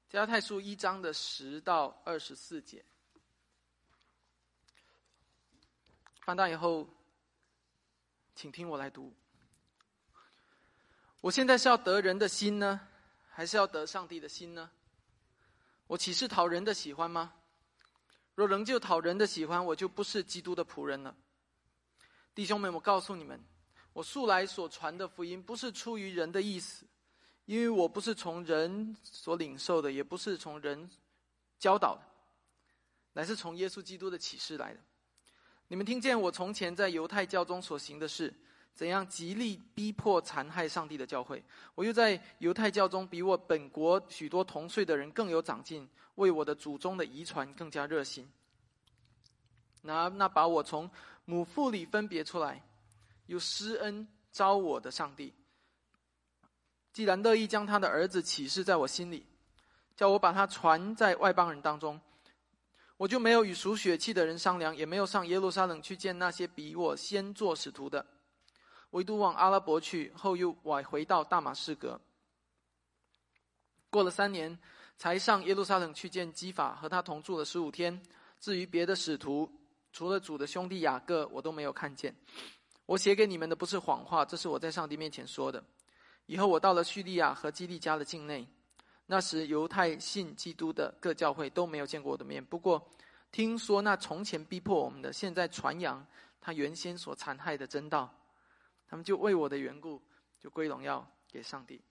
加拉太书1章的10到24节。翻到以后，请听我来读。我现在是要得人的心呢，还是要得上帝的心呢？我岂是讨人的喜欢吗？若仍旧讨人的喜欢，我就不是基督的仆人了。弟兄们，我告诉你们，我素来所传的福音，不是出于人的意思，因为我不是从人所领受的，也不是从人教导的，乃是从耶稣基督的启示来的。你们听见我从前在犹太教中所行的事，怎样极力逼迫残害上帝的教会。我又在犹太教中比我本国许多同岁的人更有长进，为我的祖宗的遗传更加热心。那把我从母腹里分别出来，又施恩召我的上帝，既然乐意将他的儿子启示在我心里，叫我把他传在外邦人当中，我就没有与属血气的人商量，也没有上耶路撒冷去见那些比我先做使徒的，唯独往阿拉伯去，后又回到大马士革。过了3年，才上耶路撒冷去见基法，和他同住了15天。至于别的使徒，除了主的兄弟雅各，我都没有看见。我写给你们的不是谎话，这是我在上帝面前说的。以后我到了叙利亚和基利家的境内，那时犹太信基督的各教会都没有见过我的面，不过听说那从前逼迫我们的，现在传扬他原先所残害的真道，他们就为我的缘故，就归荣耀给上帝。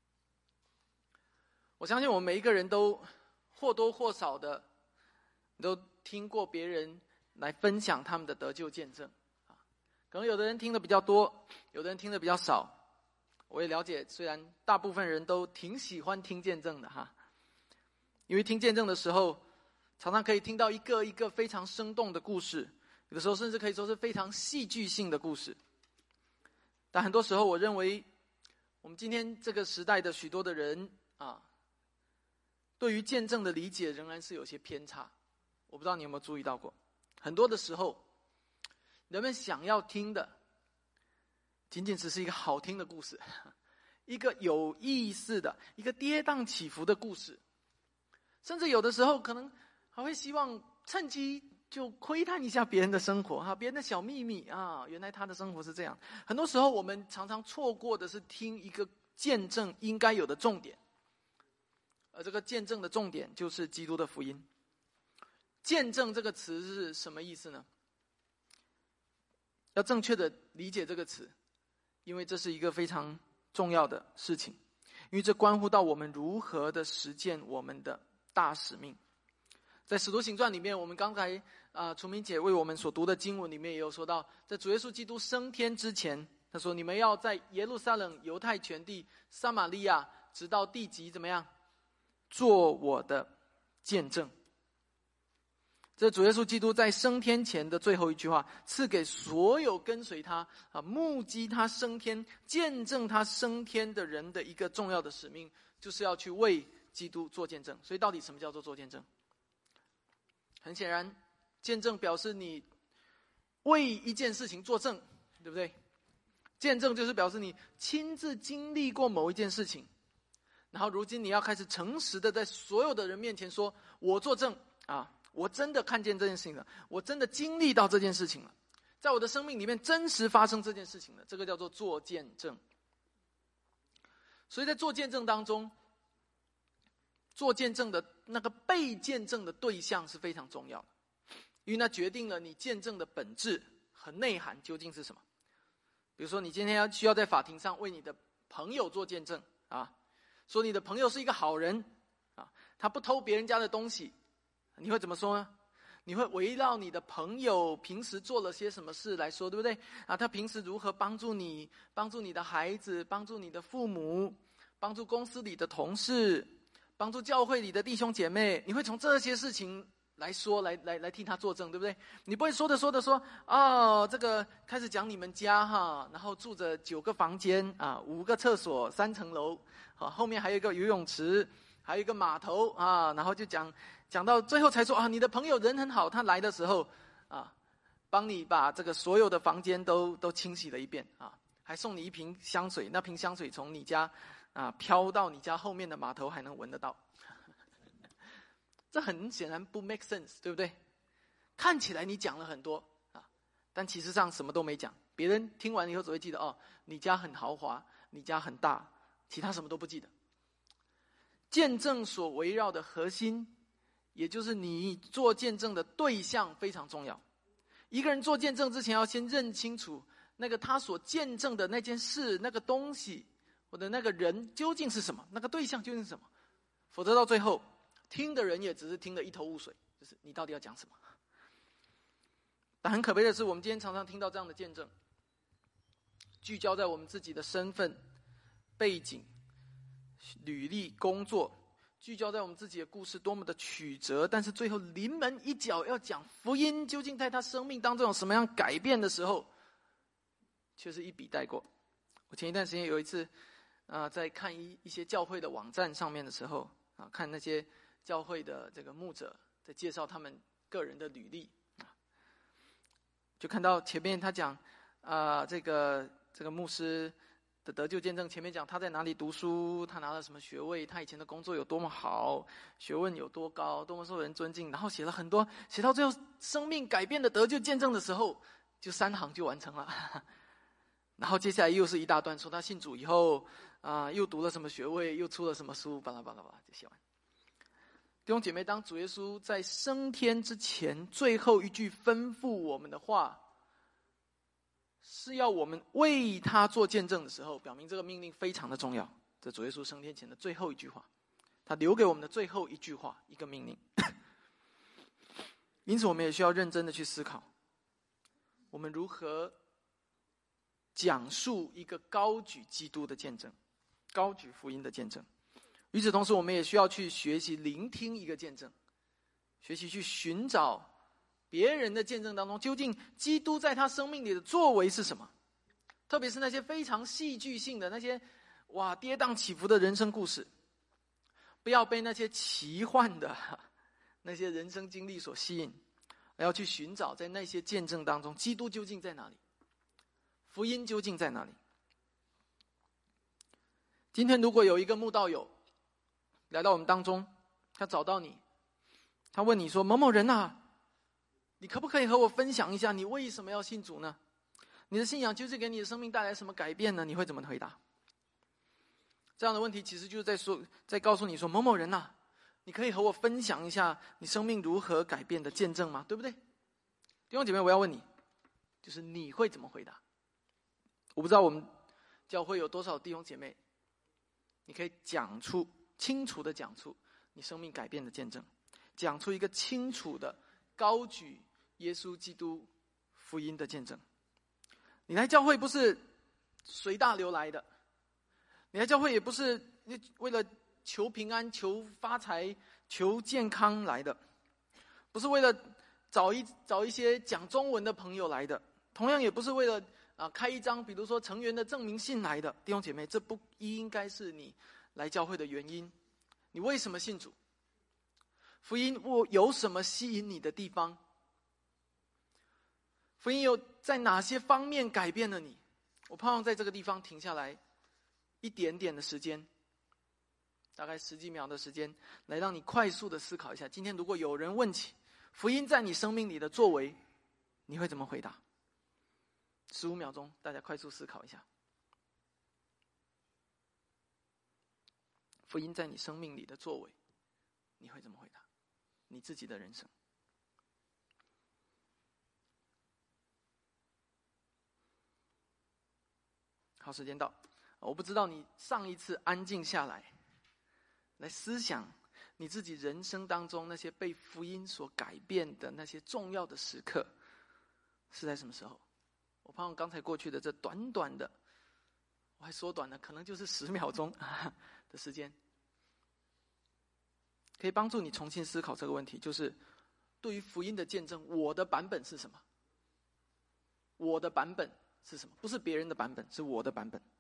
我相信我们每一个人都或多或少的都听过别人来分享他们的得救见证，可能有的人听的比较多，有的人听的比较少。我也了解，虽然大部分人都挺喜欢听见证的哈，因为听见证的时候，常常可以听到一个一个非常生动的故事，有的时候甚至可以说是非常戏剧性的故事。但很多时候，我认为我们今天这个时代的许多的人对于见证的理解仍然是有些偏差。我不知道你有没有注意到过，很多的时候，人们想要听的仅仅只是一个好听的故事，一个有意思的，一个跌宕起伏的故事，甚至有的时候可能还会希望趁机就窥探一下别人的生活，别人的小秘密原来他的生活是这样。很多时候我们常常错过的是听一个见证应该有的重点，而这个见证的重点就是基督的福音。见证这个词是什么意思呢？要正确的理解这个词，因为这是一个非常重要的事情，因为这关乎到我们如何的实践我们的大使命。在使徒行传里面，我们刚才楚明姐为我们所读的经文里面也有说到，在主耶稣基督升天之前，他说你们要在耶路撒冷、犹太全地、撒玛利亚，直到地极怎么样，做我的见证。这主耶稣基督在升天前的最后一句话，赐给所有跟随他目击他升天、见证他升天的人的一个重要的使命，就是要去为基督做见证。所以到底什么叫做做见证？很显然，见证表示你为一件事情作证，对不对？见证就是表示你亲自经历过某一件事情，然后如今你要开始诚实的在所有的人面前说，我作证我真的看见这件事情了，我真的经历到这件事情了，在我的生命里面真实发生这件事情了，这个叫做做见证。所以在做见证当中，做见证的那个被见证的对象是非常重要的，因为那决定了你见证的本质和内涵究竟是什么。比如说你今天需要在法庭上为你的朋友做见证说你的朋友是一个好人他不偷别人家的东西，你会怎么说呢？你会围绕你的朋友平时做了些什么事来说，对不对他平时如何帮助你，帮助你的孩子，帮助你的父母，帮助公司里的同事，帮助教会里的弟兄姐妹，你会从这些事情来说，来替他作证，对不对？你不会说这个开始讲你们家然后住着9个房间5个厕所3层楼后面还有一个游泳池，还有一个码头然后就讲到最后才说你的朋友人很好，他来的时候帮你把这个所有的房间都清洗了一遍还送你一瓶香水，那瓶香水从你家飘到你家后面的码头还能闻得到。 这很显然不 make sense， 对不对？看起来你讲了很多啊，但其实上什么都没讲。别人听完以后只会记得哦，你家很豪华，你家很大，其他什么都不记得。见证所围绕的核心，也就是你做见证的对象非常重要。一个人做见证之前，要先认清楚那个他所见证的那件事、那个东西或者那个人究竟是什么，那个对象究竟是什么。否则到最后，听的人也只是听得一头雾水，就是你到底要讲什么。但很可悲的是，我们今天常常听到这样的见证，聚焦在我们自己的身份、背景、履历、工作，聚焦在我们自己的故事多么的曲折，但是最后临门一脚要讲福音究竟在他生命当中有什么样改变的时候，却是一笔带过。我前一段时间有一次在看一些教会的网站上面的时候看那些教会的这个牧者在介绍他们个人的履历就看到前面他讲这个牧师的得救见证，前面讲他在哪里读书，他拿了什么学位，他以前的工作有多么好，学问有多高，多么受人尊敬，然后写了很多，写到最后生命改变的得救见证的时候，就3行就完成了。然后接下来又是一大段，说他信主以后又读了什么学位，又出了什么书，巴拉巴拉巴拉就写完。弟兄姐妹，当主耶稣在升天之前最后一句吩咐我们的话，是要我们为他做见证的时候，表明这个命令非常的重要。这主耶稣升天前的最后一句话，他留给我们的最后一句话，一个命令。因此我们也需要认真的去思考，我们如何讲述一个高举基督的见证，高举福音的见证。与此同时，我们也需要去学习聆听一个见证，学习去寻找别人的见证当中究竟基督在他生命里的作为是什么。特别是那些非常戏剧性的那些跌宕起伏的人生故事，不要被那些奇幻的那些人生经历所吸引，而要去寻找在那些见证当中基督究竟在哪里，福音究竟在哪里。今天如果有一个慕道友来到我们当中，他找到你，他问你说，某某人你可不可以和我分享一下你为什么要信主呢？你的信仰究竟给你的生命带来什么改变呢？你会怎么回答？这样的问题其实就是在告诉你说，某某人你可以和我分享一下你生命如何改变的见证吗？对不对？弟兄姐妹，我要问你，就是你会怎么回答？我不知道我们教会有多少弟兄姐妹，你可以清楚的讲出你生命改变的见证，讲出一个清楚的高举耶稣基督福音的见证。你来教会不是随大流来的，你来教会也不是为了求平安、求发财、求健康来的，不是为了找一些讲中文的朋友来的，同样也不是为了开一张比如说成员的证明信来的。弟兄姐妹，这不应该是你来教会的原因。你为什么信主？福音有什么吸引你的地方？福音有在哪些方面改变了你？我盼望在这个地方停下来一点点的时间，大概10几秒的时间，来让你快速的思考一下，今天如果有人问起福音在你生命里的作为，你会怎么回答？15秒钟，大家快速思考一下，福音在你生命里的作为，你会怎么回答？你自己的人生。好，时间到。我不知道你上一次安静下来思想你自己人生当中那些被福音所改变的那些重要的时刻是在什么时候。我盼望刚才过去的这短短的，我还缩短了，可能就是10秒钟的时间，可以帮助你重新思考这个问题，就是对于福音的见证，我的版本是什么？我的版本是什么？不是别人的版本，是我的版本。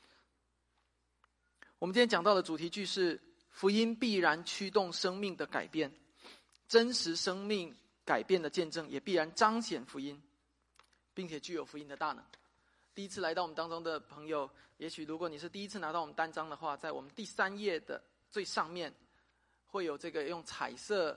我们今天讲到的主题句是福音必然驱动生命的改变，真实生命改变的见证也必然彰显福音，并且具有福音的大能。第一次来到我们当中的朋友，也许如果你是第一次拿到我们单张的话，在我们第3页的最上面会有这个用彩色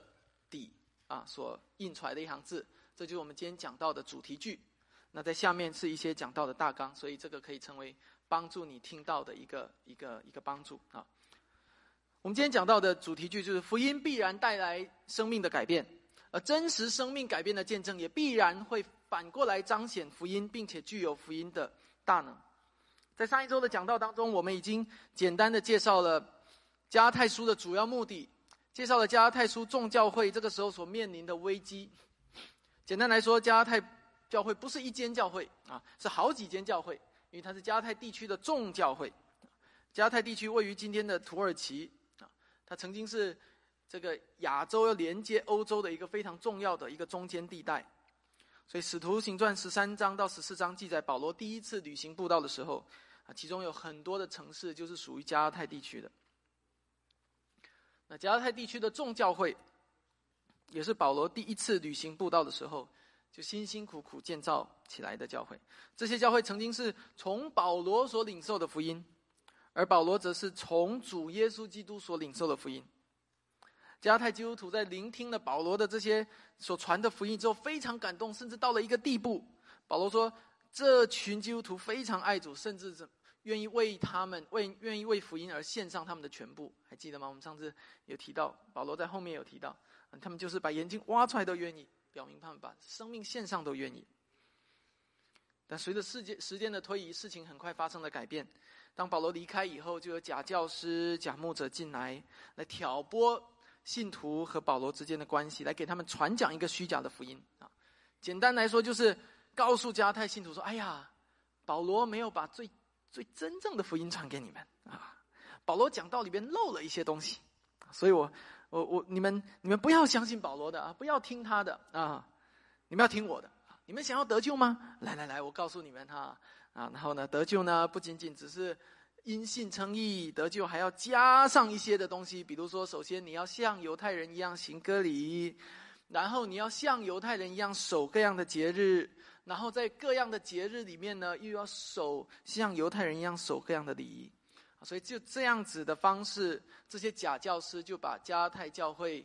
底所印出来的一行字，这就是我们今天讲到的主题句。那在下面是一些讲到的大纲，所以这个可以成为帮助你听到的一个帮助啊。我们今天讲到的主题句就是福音必然带来生命的改变，而真实生命改变的见证也必然会反过来彰显福音，并且具有福音的大能。在上一周的讲道当中，我们已经简单的介绍了加拉太书的主要目的，介绍了加拉太书众教会这个时候所面临的危机。简单来说，加拉太教会不是一间教会是好几间教会，因为它是加拉太地区的众教会。加拉太地区位于今天的土耳其，它曾经是这个亚洲要连接欧洲的一个非常重要的一个中间地带。所以使徒行传13章到14章记载保罗第一次旅行布道的时候，其中有很多的城市就是属于加拉太地区的。那加拉太地区的众教会也是保罗第一次旅行布道的时候就辛辛苦苦建造起来的教会。这些教会曾经是从保罗所领受的福音，而保罗则是从主耶稣基督所领受的福音。加拉太基督徒在聆听了保罗的这些所传的福音之后非常感动，甚至到了一个地步，保罗说这群基督徒非常爱主，甚至愿意为福音而献上他们的全部。还记得吗？我们上次有提到，保罗在后面有提到，他们就是把眼睛挖出来都愿意，表明他们把生命献上都愿意。但随着时间的推移，事情很快发生了改变。当保罗离开以后，就有假教师、假牧者进来挑拨信徒和保罗之间的关系，来给他们传讲一个虚假的福音简单来说，就是告诉加拉太信徒说：“哎呀，保罗没有把最真正的福音传给你们保罗讲道里边漏了一些东西，所以你们不要相信保罗的不要听他的你们要听我的。你们想要得救吗？来，我告诉你们然后呢，得救呢不仅仅只是因信称义，得救还要加上一些的东西，比如说，首先你要像犹太人一样行割礼，然后你要像犹太人一样守各样的节日，然后在各样的节日里面呢，又要像犹太人一样守各样的礼仪。所以就这样子的方式，这些假教师就把加拉太教会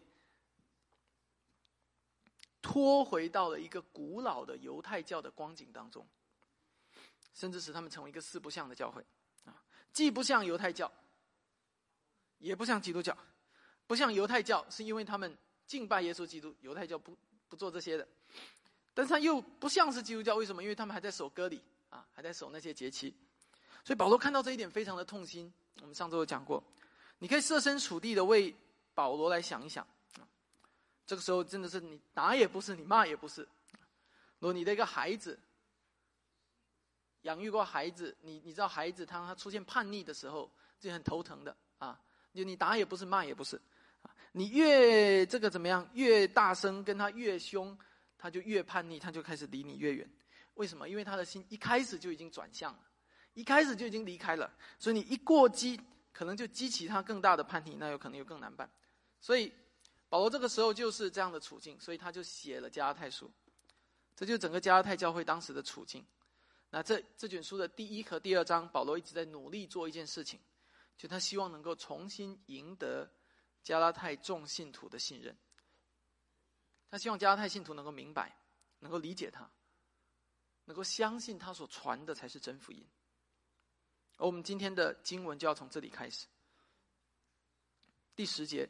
拖回到了一个古老的犹太教的光景当中，甚至使他们成为一个四不像的教会既不像犹太教，也不像基督教。不像犹太教是因为他们敬拜耶稣基督，犹太教不做这些的。但是他又不像是基督教，为什么？因为他们还在守割礼还在守那些节期。所以保罗看到这一点非常的痛心。我们上周有讲过，你可以设身处地的为保罗来想一想这个时候真的是你打也不是，你骂也不是。如果你的一个孩子养育过孩子，你知道孩子他出现叛逆的时候就很头疼的你打也不是，骂也不是你越这个怎么样，越大声跟他越凶，他就越叛逆，他就开始离你越远。为什么？因为他的心一开始就已经转向了，一开始就已经离开了，所以你一过激，可能就激起他更大的叛逆，那有可能又更难办。所以保罗这个时候就是这样的处境，所以他就写了加拉太书。这就是整个加拉太教会当时的处境。那这卷书的第1和第2章，保罗一直在努力做一件事情，就他希望能够重新赢得加拉太众信徒的信任。他希望加拉太信徒能够明白，能够理解他，能够相信他所传的才是真福音。而我们今天的经文就要从这里开始。第10节，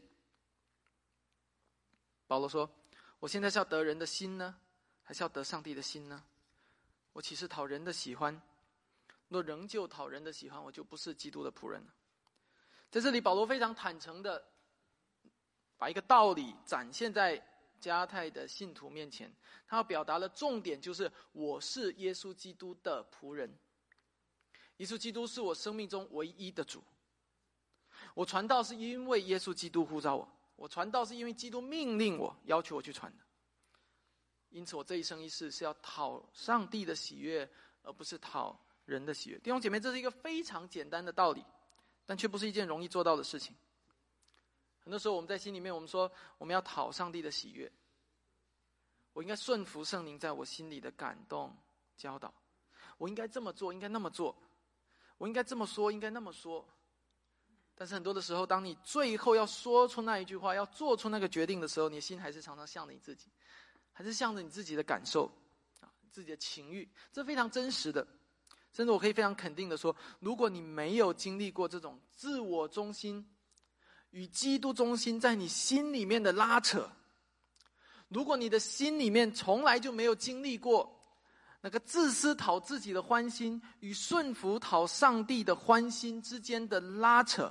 保罗说：“我现在是要得人的心呢，还是要得上帝的心呢？我岂是讨人的喜欢？若仍旧讨人的喜欢，我就不是基督的仆人了。”在这里，保罗非常坦诚的把一个道理展现在加拉太的信徒面前。他要表达的重点就是我是耶稣基督的仆人，耶稣基督是我生命中唯一的主。我传道是因为耶稣基督呼召我，我传道是因为基督命令我，要求我去传的。因此我这一生一世是要讨上帝的喜悦，而不是讨人的喜悦。弟兄姐妹，这是一个非常简单的道理，但却不是一件容易做到的事情。很多时候我们在心里面，我们说我们要讨上帝的喜悦，我应该顺服圣灵在我心里的感动教导，我应该这么做，应该那么做，我应该这么说，应该那么说。 但是很多的时候，当你最后要说出那一句话，要做出那个决定的时候，你的心还是常常向着你自己，还是向着你自己的感受自己的情欲，这非常真实的。甚至我可以非常肯定的说，如果你没有经历过这种自我中心与基督中心在你心里面的拉扯，如果你的心里面从来就没有经历过那个自私讨自己的欢心与顺服讨上帝的欢心之间的拉扯，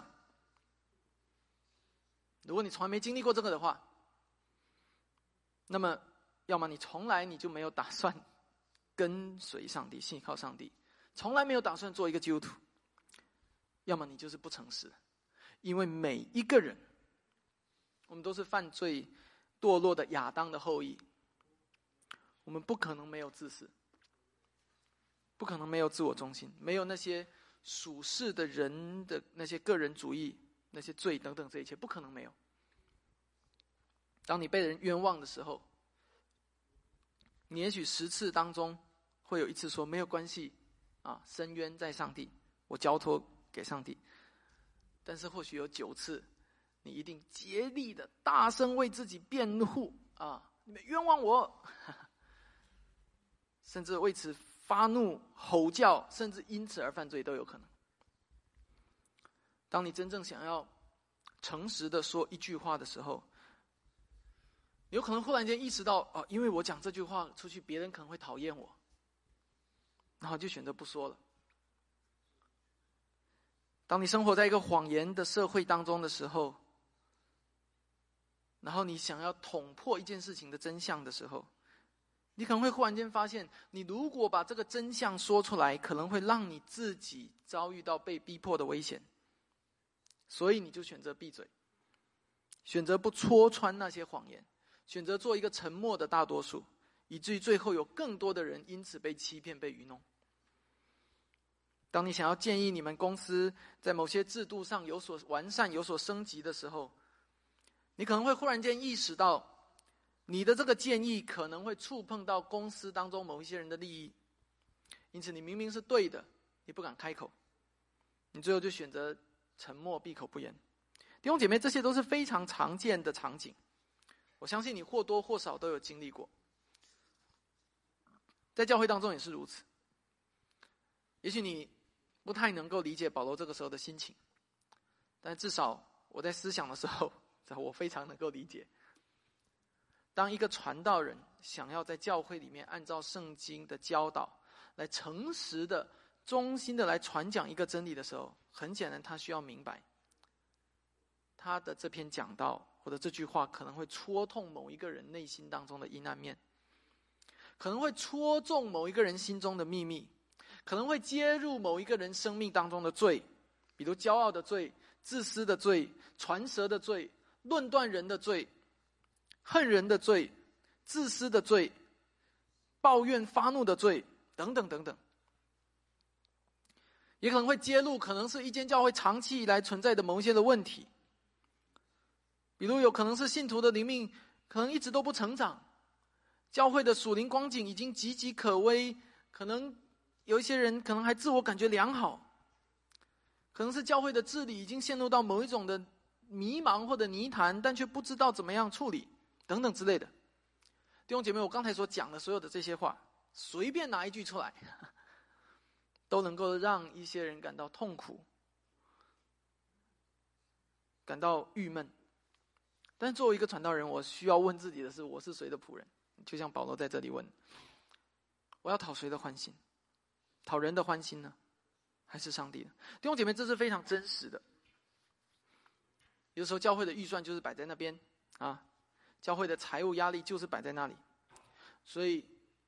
如果你从来没经历过这个的话，那么要么你从来你就没有打算跟随上帝，信靠上帝，从来没有打算做一个基督徒，要么你就是不诚实。因为每一个人，我们都是犯罪堕落的亚当的后裔，我们不可能没有自私，不可能没有自我中心，没有那些属世的人的那些个人主义，那些罪等等，这一切不可能没有。当你被人冤枉的时候，你也许10次当中会有1次说没有关系伸冤在上帝，我交托给上帝。但是或许有9次，你一定竭力的大声为自己辩护你们冤枉我，甚至为此发怒吼叫，甚至因此而犯罪都有可能。当你真正想要诚实的说一句话的时候，你有可能忽然间意识到因为我讲这句话出去，别人可能会讨厌我，然后就选择不说了。当你生活在一个谎言的社会当中的时候，然后你想要捅破一件事情的真相的时候，你可能会忽然间发现，你如果把这个真相说出来，可能会让你自己遭遇到被逼迫的危险，所以你就选择闭嘴，选择不戳穿那些谎言，选择做一个沉默的大多数，以至于最后有更多的人因此被欺骗被愚弄。当你想要建议你们公司在某些制度上有所完善有所升级的时候，你可能会忽然间意识到，你的这个建议可能会触碰到公司当中某一些人的利益，因此你明明是对的，你不敢开口，你最后就选择沉默闭口不言。弟兄姐妹，这些都是非常常见的场景，我相信你或多或少都有经历过，在教会当中也是如此。也许你不太能够理解保罗这个时候的心情，但至少我在思想的时候，我非常能够理解。当一个传道人想要在教会里面按照圣经的教导来诚实的忠心的来传讲一个真理的时候，很显然他需要明白，他的这篇讲道或者这句话可能会戳痛某一个人内心当中的阴暗面，可能会戳中某一个人心中的秘密，可能会揭入某一个人生命当中的罪，比如骄傲的罪、自私的罪、传舌的罪、论断人的罪、恨人的罪、自私的罪、抱怨发怒的罪等等等等。也可能会揭露可能是一间教会长期以来存在的某一些的问题，比如有可能是信徒的灵命可能一直都不成长，教会的属灵光景已经岌岌可危，可能有一些人可能还自我感觉良好，可能是教会的治理已经陷入到某一种的迷茫或者泥潭，但却不知道怎么样处理等等之类的。弟兄姐妹，我刚才所讲的所有的这些话，随便拿一句出来，都能够让一些人感到痛苦，感到郁闷。但是作为一个传道人，我需要问自己的是，我是谁的仆人？就像保罗在这里问，我要讨谁的欢心？讨人的欢心呢，还是上帝呢？弟兄姐妹，这是非常真实的。有时候教会的预算就是摆在那边教会的财务压力就是摆在那里，所以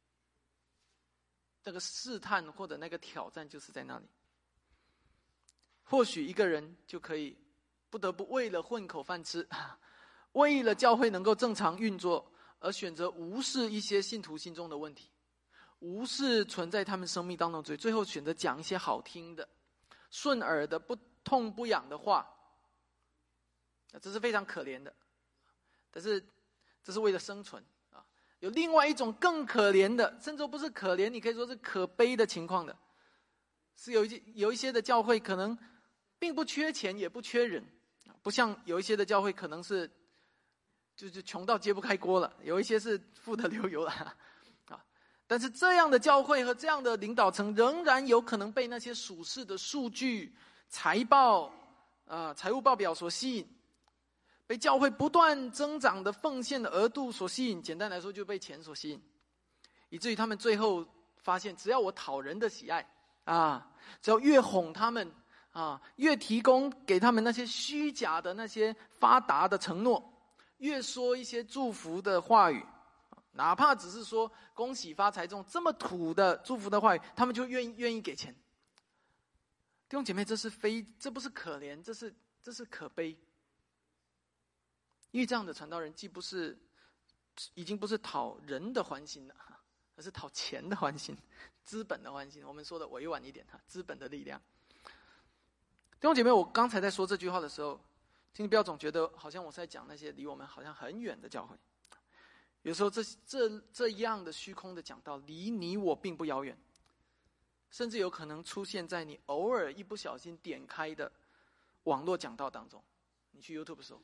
那个试探或者那个挑战就是在那里。或许一个人就可以不得不为了混口饭吃，为了教会能够正常运作，而选择无视一些信徒心中的问题，无视存在他们生命当中的罪，最后选择讲一些好听的、顺耳的、不痛不痒的话，这是非常可怜的。但是这是为了生存有另外一种更可怜的，甚至不是可怜，你可以说是可悲的情况的，是有一些的教会可能并不缺钱，也不缺人，不像有一些的教会可能是就是穷到揭不开锅了，有一些是富得流油了啊。但是这样的教会和这样的领导层仍然有可能被那些属世的数据、财报、财务报表所吸引，被教会不断增长的奉献的额度所吸引。简单来说，就被钱所吸引，以至于他们最后发现，只要我讨人的喜爱只要越哄他们越提供给他们那些虚假的那些发达的承诺，越说一些祝福的话语，哪怕只是说恭喜发财这种这么土的祝福的话语，他们就愿意给钱。弟兄姐妹，这不是可怜，这是可悲。因为这样的传道人已经不是讨人的欢心了，而是讨钱的欢心，资本的欢心。我们说的委婉一点，资本的力量。弟兄姐妹，我刚才在说这句话的时候，请你不要总觉得好像我是在讲那些离我们好像很远的教会。有时候这样的虚空的讲道，离你我并不遥远，甚至有可能出现在你偶尔一不小心点开的网络讲道当中。你去 YouTube 搜，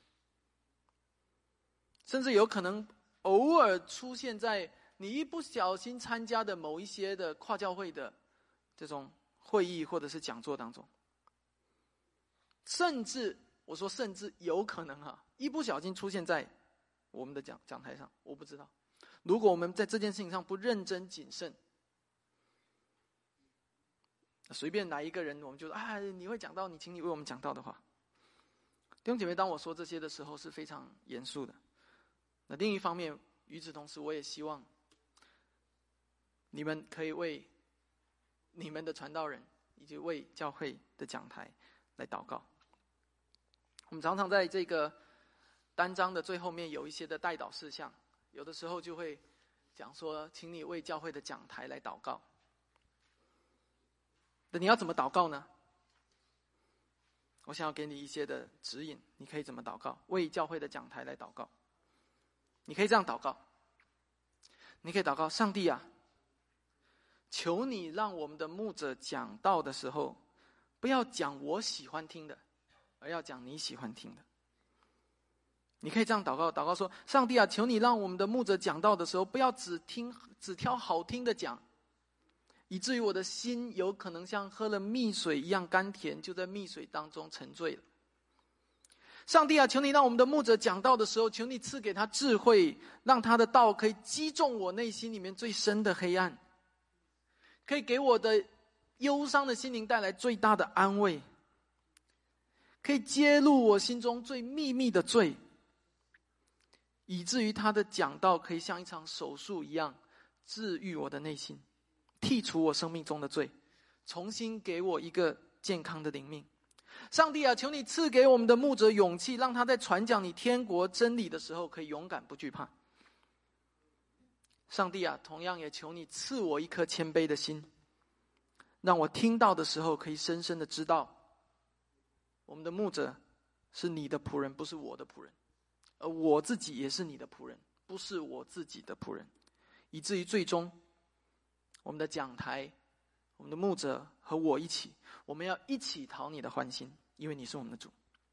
甚至有可能偶尔出现在你一不小心参加的某一些的跨教会的这种会议或者是讲座当中。甚至我说甚至有可能一不小心出现在我们的讲台上，我不知道。如果我们在这件事情上不认真谨慎，随便来一个人我们就说你会讲道，请你为我们讲道的话。弟兄姐妹，当我说这些的时候是非常严肃的。那另一方面，与此同时，我也希望你们可以为你们的传道人以及为教会的讲台来祷告。我们常常在这个单章的最后面有一些的代祷事项，有的时候就会讲说，请你为教会的讲台来祷告。那你要怎么祷告呢？我想要给你一些的指引，你可以怎么祷告？为教会的讲台来祷告。你可以这样祷告，你可以祷告：上帝啊，求你让我们的牧者讲道的时候，不要讲我喜欢听的，而要讲你喜欢听的。你可以这样祷告，祷告说：上帝啊，求你让我们的牧者讲道的时候，不要只挑好听的讲，以至于我的心有可能像喝了蜜水一样甘甜，就在蜜水当中沉醉了。上帝啊，求你让我们的牧者讲道的时候，求你赐给他智慧，让他的道可以击中我内心里面最深的黑暗，可以给我的忧伤的心灵带来最大的安慰，可以揭露我心中最秘密的罪，以至于他的讲道可以像一场手术一样治愈我的内心，剔除我生命中的罪，重新给我一个健康的灵命。上帝啊，求你赐给我们的牧者勇气，让他在传讲你天国真理的时候可以勇敢不惧怕。上帝啊，同样也求你赐我一颗谦卑的心，让我听到的时候可以深深的知道，我们的牧者是你的仆人，不是我的仆人，而我自己也是你的仆人，不是我自己的仆人，以至于最终我们的讲台，我们的牧者和我一起，我们要一起讨你的欢心，因为你是我们的主。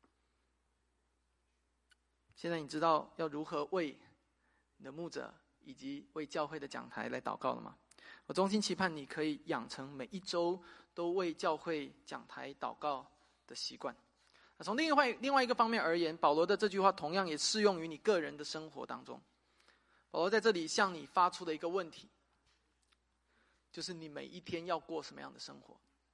现在你知道要如何为你的牧者以及为教会的讲台来祷告了吗？我衷心期盼你可以养成每一周都为教会讲台祷告的习惯。从另外一个方面而言，保罗的这句话同样也适用于你个人的生活当中。保罗在这里向你发出的一个问题，就是你每一天要过什么样的生活？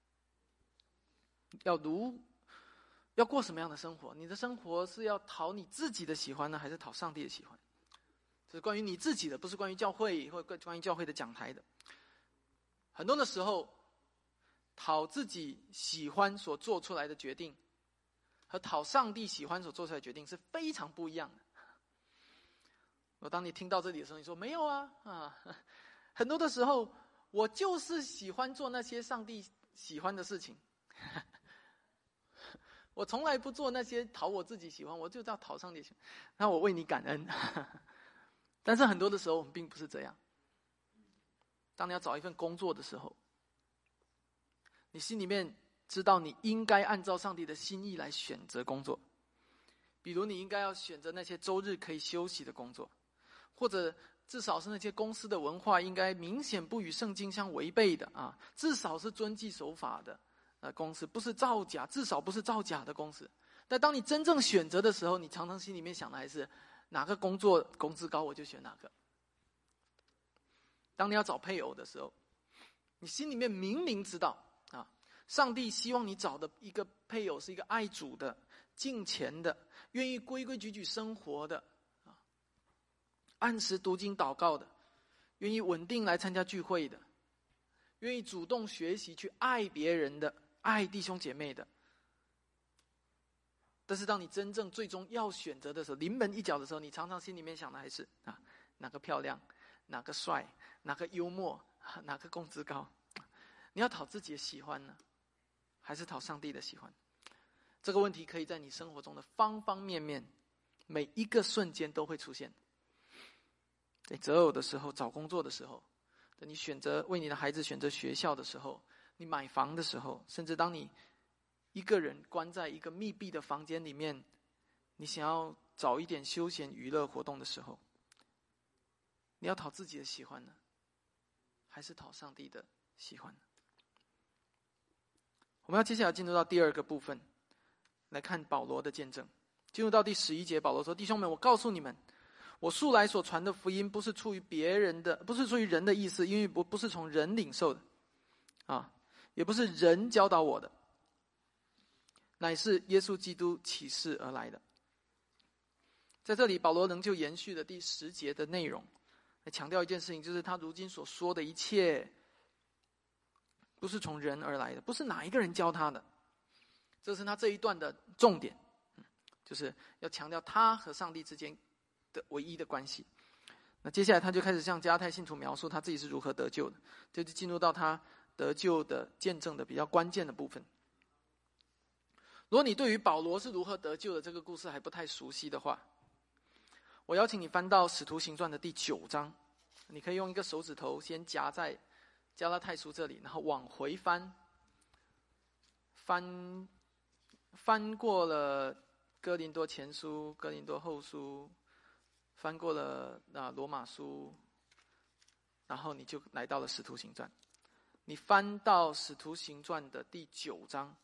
要过什么样的生活？你的生活是要讨你自己的喜欢呢，还是讨上帝的喜欢？这是关于你自己的，不是关于教会或关于教会的讲台的。很多的时候，讨自己喜欢所做出来的决定，和讨上帝喜欢所做出来的决定是非常不一样的。当你听到这里的时候，你说没有很多的时候我就是喜欢做那些上帝喜欢的事情，我从来不做那些讨我自己喜欢，我就要讨上帝喜欢，那我为你感恩。但是很多的时候我们并不是这样。当你要找一份工作的时候，你心里面知道你应该按照上帝的心意来选择工作。比如你应该要选择那些周日可以休息的工作，或者至少是那些公司的文化应该明显不与圣经相违背的啊，至少是遵纪守法的公司，不是造假，至少不是造假的公司。但当你真正选择的时候，你常常心里面想的还是哪个工作工资高我就选哪个。当你要找配偶的时候，你心里面明明知道啊，上帝希望你找的一个配偶是一个爱主的、敬虔的、愿意规规矩矩生活的啊，按时读经祷告的，愿意稳定来参加聚会的，愿意主动学习去爱别人的、爱弟兄姐妹的。但是当你真正最终要选择的时候，临门一脚的时候，你常常心里面想的还是啊，哪个漂亮，哪个帅，哪个幽默，哪个工资高。你要讨自己的喜欢呢，还是讨上帝的喜欢？这个问题可以在你生活中的方方面面，每一个瞬间都会出现。在择偶的时候，找工作的时候，等你选择为你的孩子选择学校的时候，你买房的时候，甚至当你一个人关在一个密闭的房间里面，你想要找一点休闲娱乐活动的时候，你要讨自己的喜欢呢，还是讨上帝的喜欢呢？我们要接下来进入到第二个部分，来看保罗的见证。进入到第11节，保罗说：弟兄们，我告诉你们，我素来所传的福音不是出于别人的，不是出于人的意思，因为不是从人领受的啊，也不是人教导我的，乃是耶稣基督启示而来的。在这里，保罗仍旧延续了第10节的内容，来强调一件事情，就是他如今所说的一切不是从人而来的，不是哪一个人教他的。这是他这一段的重点，就是要强调他和上帝之间的唯一的关系。那接下来他就开始向加拉太信徒描述他自己是如何得救的，这就进入到他得救的见证的比较关键的部分。如果你对于保罗是如何得救的这个故事还不太熟悉的话，我邀请你翻到《使徒行传》的第9章，你可以用一个手指头先夹在加拉太书这里，然后往回翻过了哥林多前书、哥林多后书，翻过了罗马书，然后你就来到了《使徒行传》。你翻到《使徒行传》的第9章，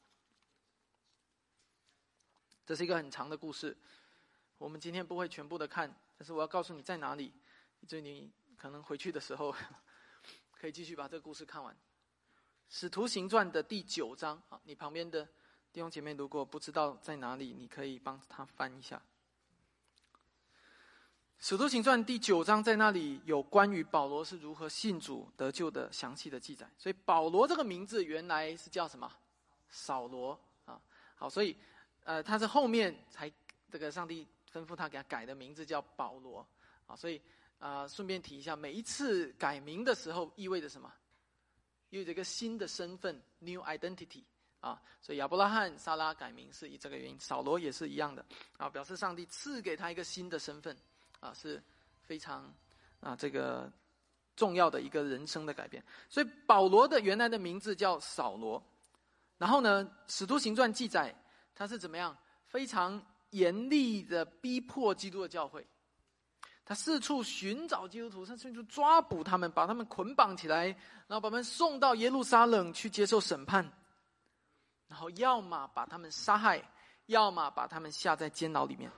这是一个很长的故事，我们今天不会全部的看，但是我要告诉你在哪里，以至于你可能回去的时候可以继续把这个故事看完。《使徒行传》的第9章，你旁边的弟兄姐妹如果不知道在哪里，你可以帮他翻一下。《使徒行传》第9章在那里有关于保罗是如何信主得救的详细的记载。所以保罗这个名字原来是叫什么？扫罗啊。好，所以他是后面才这个上帝吩咐他给他改的名字叫保罗啊。所以顺便提一下，每一次改名的时候意味着什么？意味着一个新的身份 ，new identity 啊。所以亚伯拉罕、撒拉改名是以这个原因，扫罗也是一样的啊，表示上帝赐给他一个新的身份啊，是非常这个重要的一个人生的改变。所以保罗的原来的名字叫扫罗，然后呢，《使徒行传》记载他是怎么样非常严厉的逼迫基督的教会。他四处寻找基督徒，甚至抓捕他们，把他们捆绑起来，然后把他们送到耶路撒冷去接受审判，然后要么把他们杀害，要么把他们下在监牢里面。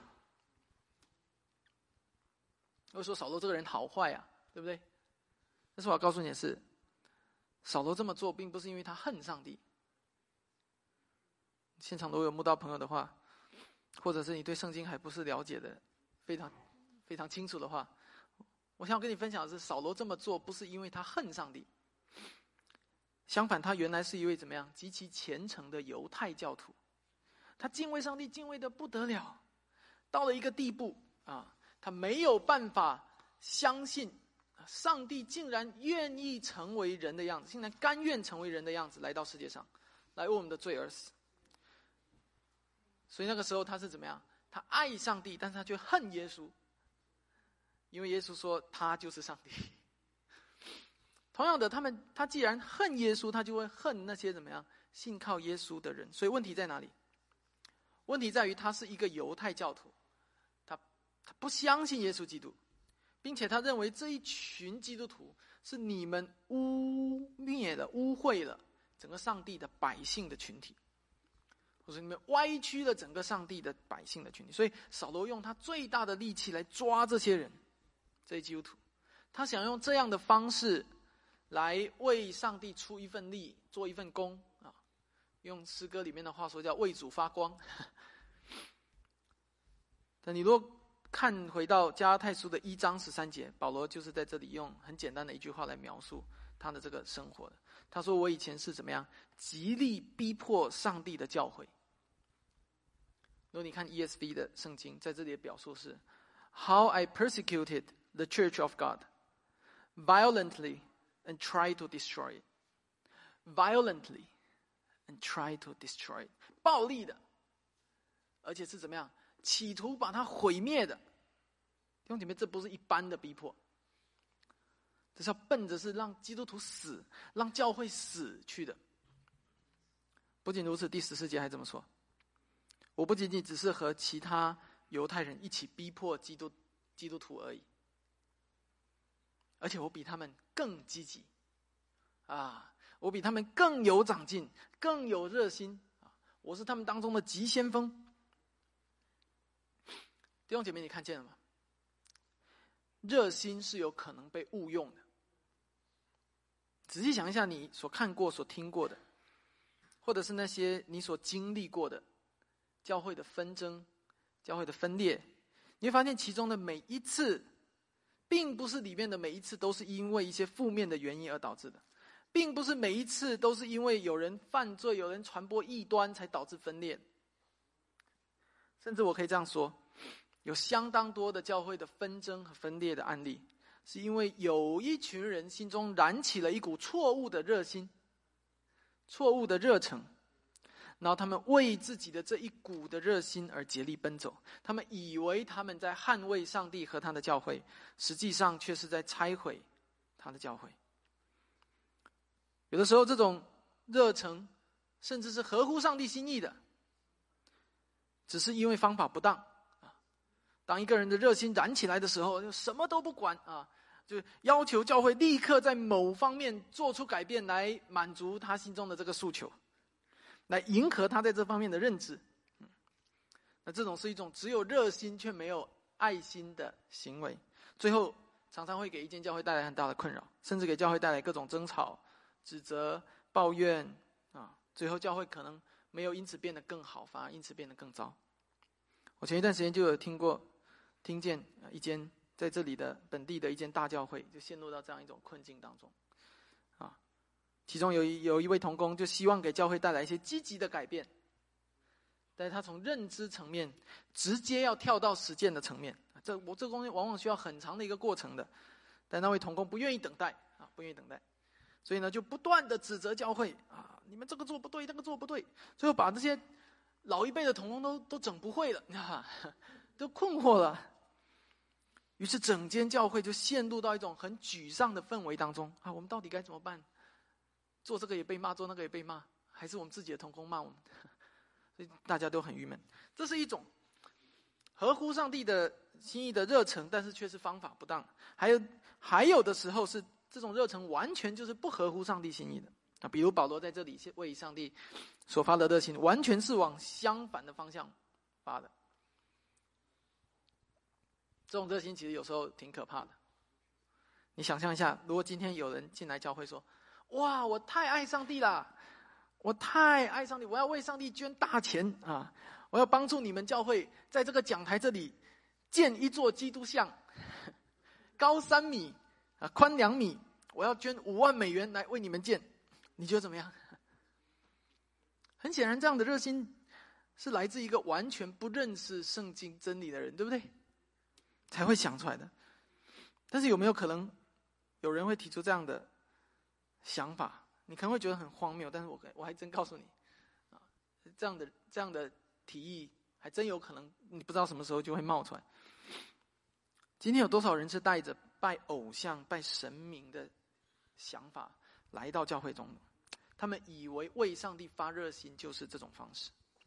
我说扫罗这个人好坏啊，对不对？但是我要告诉你的是，扫罗这么做并不是因为他恨上帝。现场如果有慕道朋友的话，或者是你对圣经还不是了解的非常非常清楚的话，我想要跟你分享的是，扫罗这么做不是因为他恨上帝，相反，他原来是一位怎么样极其虔诚的犹太教徒，他敬畏上帝敬畏的不得了，到了一个地步啊，他没有办法相信上帝竟然愿意成为人的样子，竟然甘愿成为人的样子来到世界上，来为我们的罪而死。所以那个时候他是怎么样？他爱上帝，但是他却恨耶稣，因为耶稣说他就是上帝。同样的，他既然恨耶稣，他就会恨那些怎么样信靠耶稣的人。所以问题在哪里？问题在于他是一个犹太教徒，他不相信耶稣基督，并且他认为这一群基督徒是你们污蔑了、污秽了整个上帝的百姓的群体，或者你们歪曲了整个上帝的百姓的群体。所以扫罗用他最大的力气来抓这些人，这些基督徒，他想用这样的方式来为上帝出一份力，做一份工啊。用诗歌里面的话说叫为主发光。但你如果看回到加拉太书的1章13节，保罗就是在这里用很简单的一句话来描述他的这个生活的。他说我以前是怎么样极力逼迫上帝的教会。如果你看 ESV 的圣经，在这里的表述是 How I persecuted the church of God violently and tried to destroy it. Violently and tried to destroy it. 暴力的，而且是怎么样企图把它毁灭的。弟兄姐妹，这不是一般的逼迫，这是要奔着是让基督徒死，让教会死去的。不仅如此，第14节还这么说，我不仅仅只是和其他犹太人一起逼迫基督徒而已，而且我比他们更积极啊，我比他们更有长进，更有热心啊，我是他们当中的急先锋。弟兄姐妹，你看见了吗？热心是有可能被误用的。仔细想一下，你所看过、所听过的，或者是那些你所经历过的教会的纷争、教会的分裂，你会发现其中的每一次，并不是里面的每一次都是因为一些负面的原因而导致的，并不是每一次都是因为有人犯罪、有人传播异端才导致分裂。甚至我可以这样说，有相当多的教会的纷争和分裂的案例，是因为有一群人心中燃起了一股错误的热心、错误的热诚，然后他们为自己的这一股的热心而竭力奔走，他们以为他们在捍卫上帝和他的教会，实际上却是在拆毁他的教会。有的时候这种热诚甚至是合乎上帝心意的，只是因为方法不当。当一个人的热心燃起来的时候，就什么都不管啊，就要求教会立刻在某方面做出改变，来满足他心中的这个诉求，来迎合他在这方面的认知。那这种是一种只有热心却没有爱心的行为，最后常常会给一间教会带来很大的困扰，甚至给教会带来各种争吵、指责、抱怨啊，最后教会可能没有因此变得更好，反而因此变得更糟。我前一段时间就有听见一间在这里的本地的一间大教会就陷入到这样一种困境当中啊，其中有一位同工就希望给教会带来一些积极的改变，但是他从认知层面直接要跳到实践的层面，这个东西往往需要很长的一个过程的，但那位同工不愿意等待啊，不愿意等待，所以呢就不断的指责教会啊，你们这个做不对，那个做不对，最后把这些老一辈的同工都整不会了，都困惑了。于是整间教会就陷入到一种很沮丧的氛围当中啊！我们到底该怎么办？做这个也被骂，做那个也被骂，还是我们自己的同工骂我们？所以大家都很郁闷。这是一种合乎上帝的心意的热忱，但是却是方法不当。还有的时候是这种热忱完全就是不合乎上帝心意的啊！比如保罗在这里为上帝所发的热心，完全是往相反的方向发的。这种热心其实有时候挺可怕的。你想象一下，如果今天有人进来教会说：“哇，我太爱上帝啦，我太爱上帝，我要为上帝捐大钱啊！我要帮助你们教会在这个讲台这里建一座基督像，高3米啊，宽2米，我要捐5万美元来为你们建。”你觉得怎么样？很显然，这样的热心是来自一个完全不认识圣经真理的人，对不对？才会想出来的。但是有没有可能有人会提出这样的想法？你可能会觉得很荒谬，但是我还真告诉你啊，这样的提议还真有可能，你不知道什么时候就会冒出来。今天有多少人是带着拜偶像、拜神明的想法来到教会中的？ 他们以为为上帝发热心就是这种方式。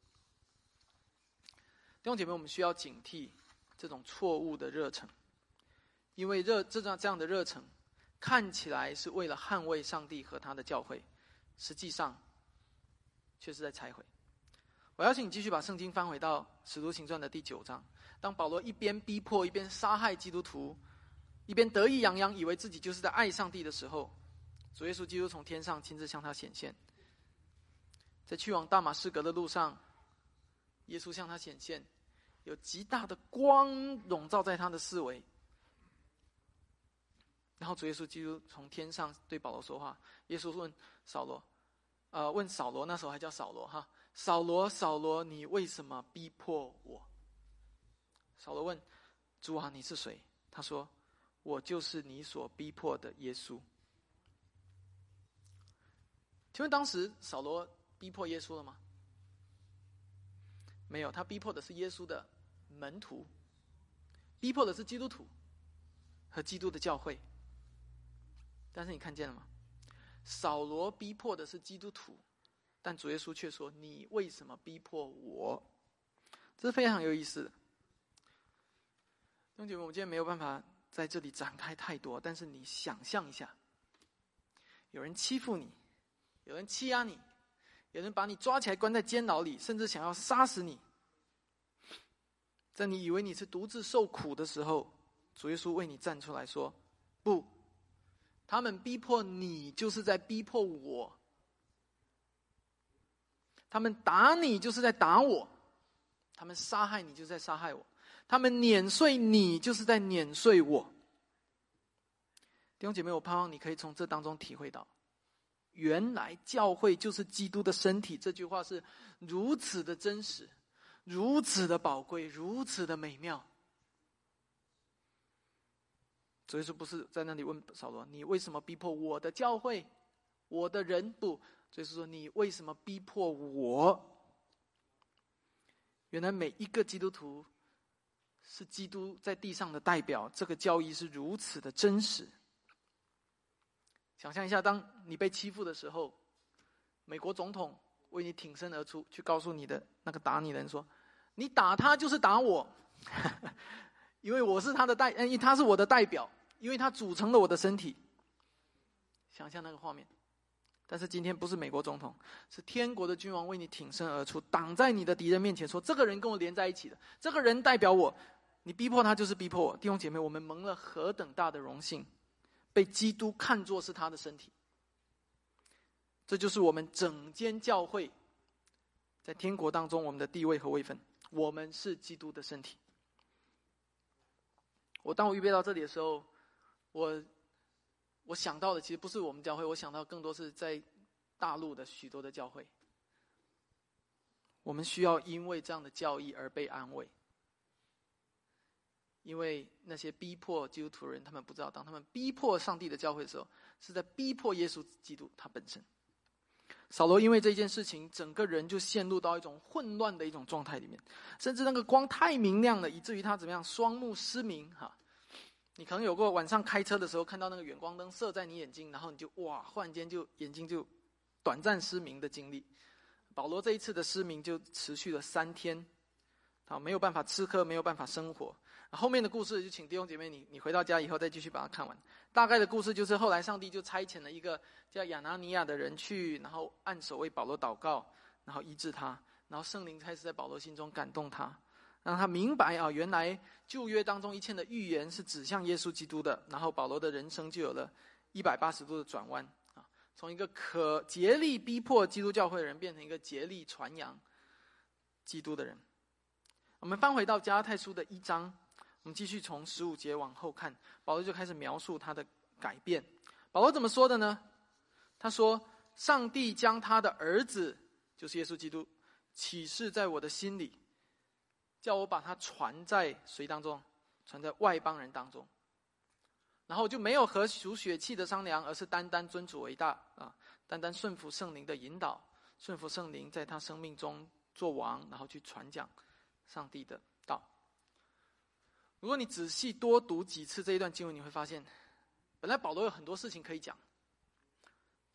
弟兄姐妹，我们需要警惕这种错误的热忱，因为这样的热忱看起来是为了捍卫上帝和他的教会，实际上却是在拆毁。我邀请你继续把圣经翻回到《使徒行传》的第9章。当保罗一边逼迫一边杀害基督徒，一边得意洋洋以为自己就是在爱上帝的时候，主耶稣基督从天上亲自向他显现。在去往大马士革的路上，耶稣向他显现，有极大的光笼罩在他的四围。然后主耶稣基督从天上对保罗说话。耶稣问扫罗，那时候还叫扫罗哈，扫罗，扫罗，你为什么逼迫我？扫罗问主啊，你是谁？他说，我就是你所逼迫的耶稣。请问当时扫罗逼迫耶稣了吗？没有，他逼迫的是耶稣的门徒，逼迫的是基督徒和基督的教会。但是你看见了吗？扫罗逼迫的是基督徒，但主耶稣却说，你为什么逼迫我？这是非常有意思的。弟兄姐妹，我们今天没有办法在这里展开太多，但是你想象一下，有人欺负你，有人欺压你，有人把你抓起来关在监牢里，甚至想要杀死你。在你以为你是独自受苦的时候，主耶稣为你站出来说，不，他们逼迫你就是在逼迫我，他们打你就是在打我，他们杀害你就是在杀害我，他们碾碎你就是在碾碎我。弟兄姐妹，我盼望你可以从这当中体会到，原来教会就是基督的身体，这句话是如此的真实，如此的宝贵，如此的美妙。主耶稣不是在那里问扫罗，你为什么逼迫我的教会，我的人？不，主耶稣说，你为什么逼迫我？原来每一个基督徒是基督在地上的代表，这个教义是如此的真实。想象一下，当你被欺负的时候，美国总统为你挺身而出，去告诉你的那个打你的人说，你打他就是打我因为我是他的因为他是我的代表，因为他组成了我的身体。想象那个画面。但是今天不是美国总统，是天国的君王为你挺身而出，挡在你的敌人面前，说这个人跟我连在一起的，这个人代表我，你逼迫他就是逼迫我。弟兄姐妹，我们蒙了何等大的荣幸，被基督看作是他的身体。这就是我们整间教会在天国当中我们的地位和位分，我们是基督的身体。当我预备到这里的时候，我想到的其实不是我们教会，我想到更多是在大陆的许多的教会。我们需要因为这样的教义而被安慰，因为那些逼迫基督徒人，他们不知道，当他们逼迫上帝的教会的时候，是在逼迫耶稣基督他本身。扫罗因为这件事情，整个人就陷入到一种混乱的一种状态里面，甚至那个光太明亮了，以至于他怎么样，双目失明哈。你可能有过晚上开车的时候，看到那个远光灯射在你眼睛，然后你就哇，忽然间就眼睛就短暂失明的经历。保罗这一次的失明就持续了3天，没有办法吃喝，没有办法生活。后面的故事就请弟兄姐妹你回到家以后再继续把它看完。大概的故事就是后来上帝就差遣了一个叫亚拿尼亚的人去，然后按手为保罗祷告，然后医治他，然后圣灵开始在保罗心中感动他，让他明白原来旧约当中一切的预言是指向耶稣基督的。然后保罗的人生就有了180度的转弯，从一个可竭力逼迫基督教会的人，变成一个竭力传扬基督的人。我们翻回到加拉太书的1章，我们继续从15节往后看，保罗就开始描述他的改变。保罗怎么说的呢？他说，上帝将他的儿子，就是耶稣基督，启示在我的心里，叫我把它传在谁当中？传在外邦人当中。然后就没有和属血气的商量，而是单单尊主为大单单顺服圣灵的引导，顺服圣灵在他生命中做王，然后去传讲上帝的道。如果你仔细多读几次这一段经文，你会发现，本来保罗有很多事情可以讲，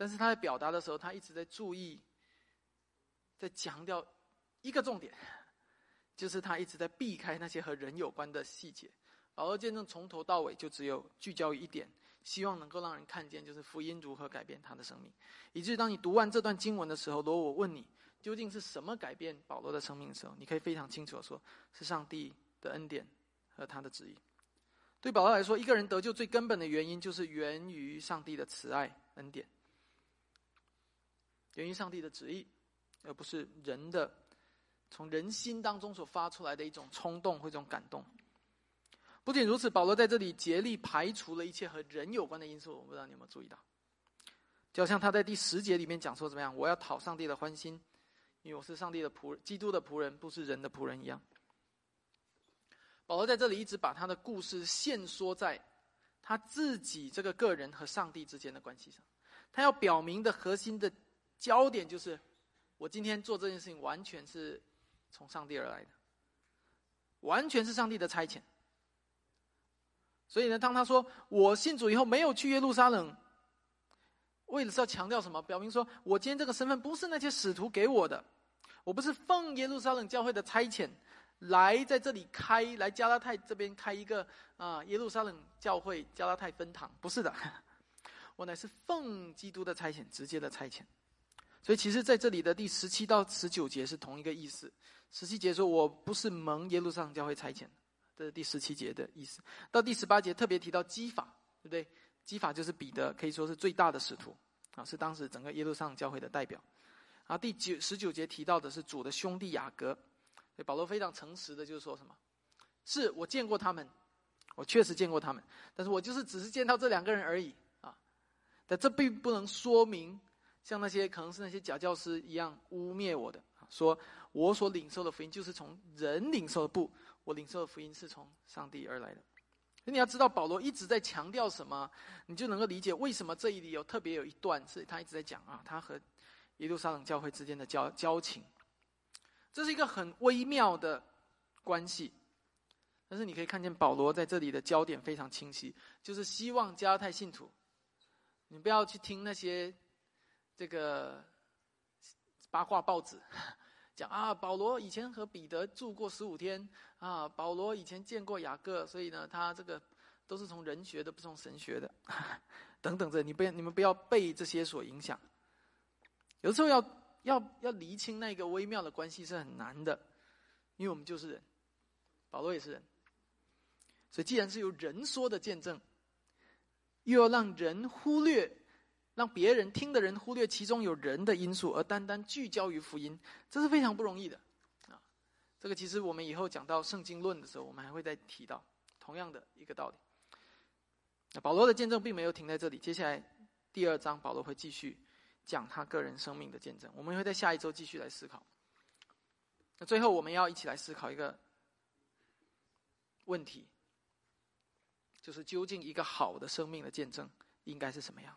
但是他在表达的时候，他一直在注意，在强调一个重点，就是他一直在避开那些和人有关的细节。保罗见证从头到尾就只有聚焦于一点，希望能够让人看见，就是福音如何改变他的生命。以至于当你读完这段经文的时候，如果我问你究竟是什么改变保罗的生命的时候，你可以非常清楚地说，是上帝的恩典和他的旨意。对保罗来说，一个人得救最根本的原因就是源于上帝的慈爱恩典，源于上帝的旨意，而不是人的从人心当中所发出来的一种冲动或一种感动。不仅如此，保罗在这里竭力排除了一切和人有关的因素。我不知道你有没有注意到，就好像他在第10节里面讲说怎么样，我要讨上帝的欢心，因为我是上帝的仆人，基督的仆人，不是人的仆人一样。保罗在这里一直把他的故事限缩在他自己这个个人和上帝之间的关系上。他要表明的核心的焦点就是，我今天做这件事情完全是从上帝而来的，完全是上帝的差遣。所以呢，当他说我信主以后没有去耶路撒冷，为了是要强调什么？表明说我今天这个身份不是那些使徒给我的，我不是奉耶路撒冷教会的差遣来在这里来加拉太这边开一个耶路撒冷教会加拉太分堂，不是的，我乃是奉基督的差遣，直接的差遣。所以其实在这里的第17到19节是同一个意思。17节说我不是蒙耶路撒冷教会差遣，这是第17节的意思。到第18节特别提到基法，对不对？基法就是彼得，可以说是最大的使徒是当时整个耶路撒冷教会的代表。然后第19节提到的是主的兄弟雅各。所以保罗非常诚实的就是说什么？是我见过他们，我确实见过他们，但是我只是见到这2个人而已但这并不能说明像可能是那些假教师一样污蔑我的，说我所领受的福音就是从人领受的，不，我领受的福音是从上帝而来的。所以你要知道保罗一直在强调什么，你就能够理解为什么这里特别有一段是他一直在讲他和耶路撒冷教会之间的交情。这是一个很微妙的关系，但是你可以看见保罗在这里的焦点非常清晰，就是希望加拉太信徒，你不要去听那些这个八卦报纸讲保罗以前和彼得住过15天保罗以前见过雅各，所以呢他这个都是从人学的，不是从神学的等等你们不要被这些所影响。有时候要厘清那个微妙的关系是很难的，因为我们就是人，保罗也是人。所以既然是由人说的见证，又要让别人听的人忽略其中有人的因素，而单单聚焦于福音，这是非常不容易的这个其实我们以后讲到圣经论的时候，我们还会再提到同样的一个道理。保罗的见证并没有停在这里，接下来第2章保罗会继续讲他个人生命的见证，我们会在下一周继续来思考。那最后我们要一起来思考一个问题，就是究竟一个好的生命的见证应该是什么样？